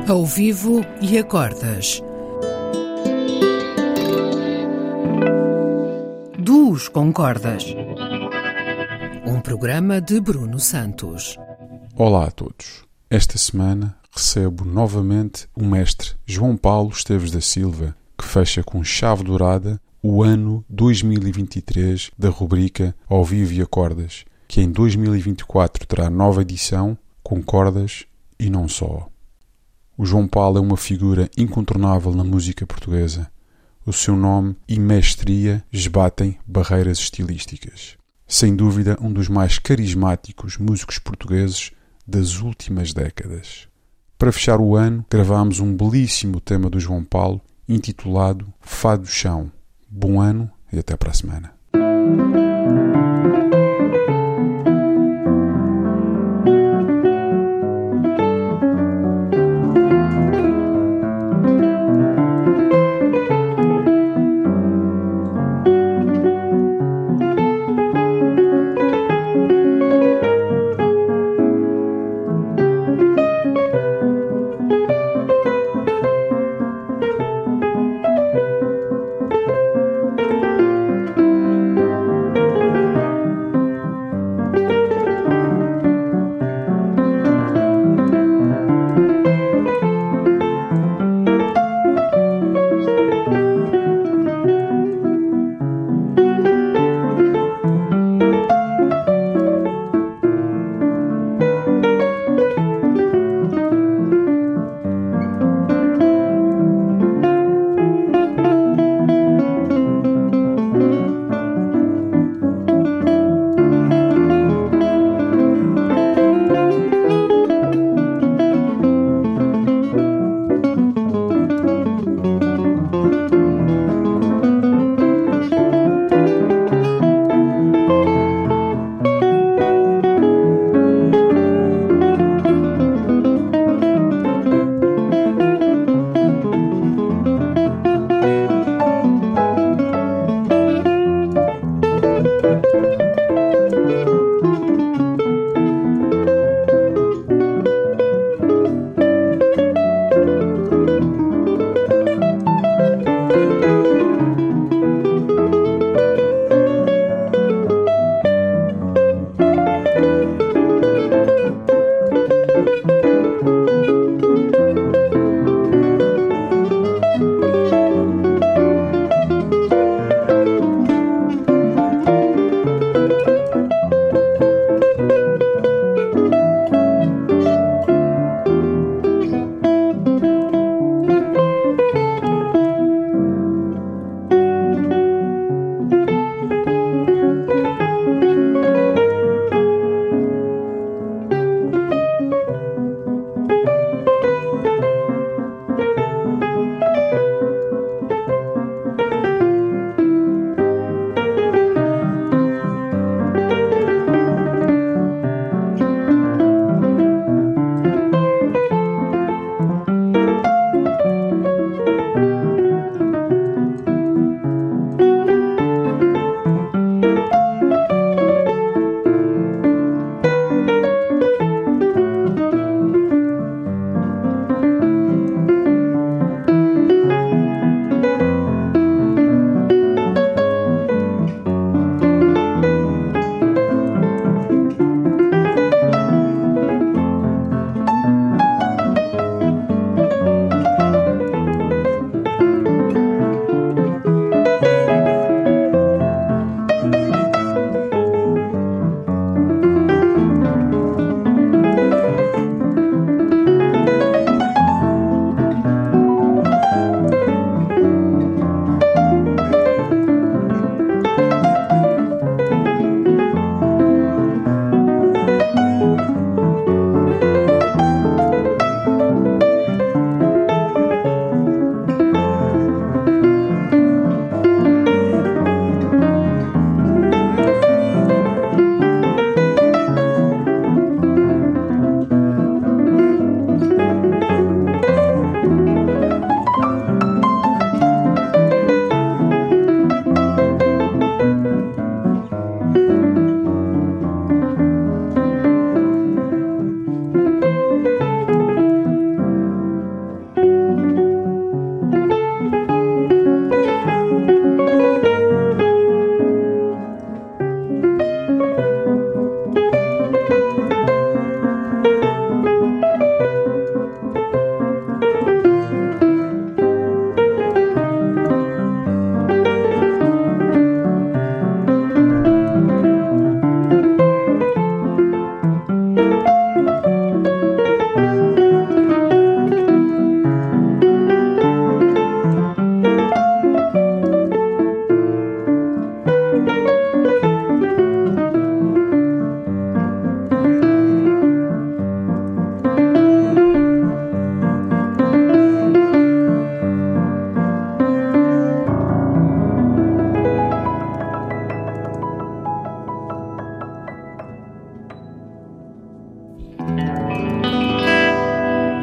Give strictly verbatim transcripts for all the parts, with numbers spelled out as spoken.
Ao vivo e a cordas. Duos com cordas. Um programa de Bruno Santos. Olá a todos. Esta semana recebo novamente o mestre João Paulo Esteves da Silva, que fecha com chave dourada o ano dois mil e vinte e três da rubrica Ao Vivo e a Cordas, que em dois mil e vinte e quatro terá nova edição com cordas e não só. O João Paulo é uma figura incontornável na música portuguesa. O seu nome e mestria esbatem barreiras estilísticas. Sem dúvida, um dos mais carismáticos músicos portugueses das últimas décadas. Para fechar o ano, gravámos um belíssimo tema do João Paulo, intitulado Fado do Chão. Bom ano e até para a semana.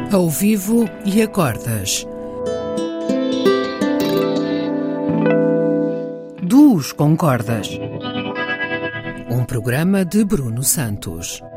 Ao vivo e a cordas. Duos com cordas. Um programa de Bruno Santos.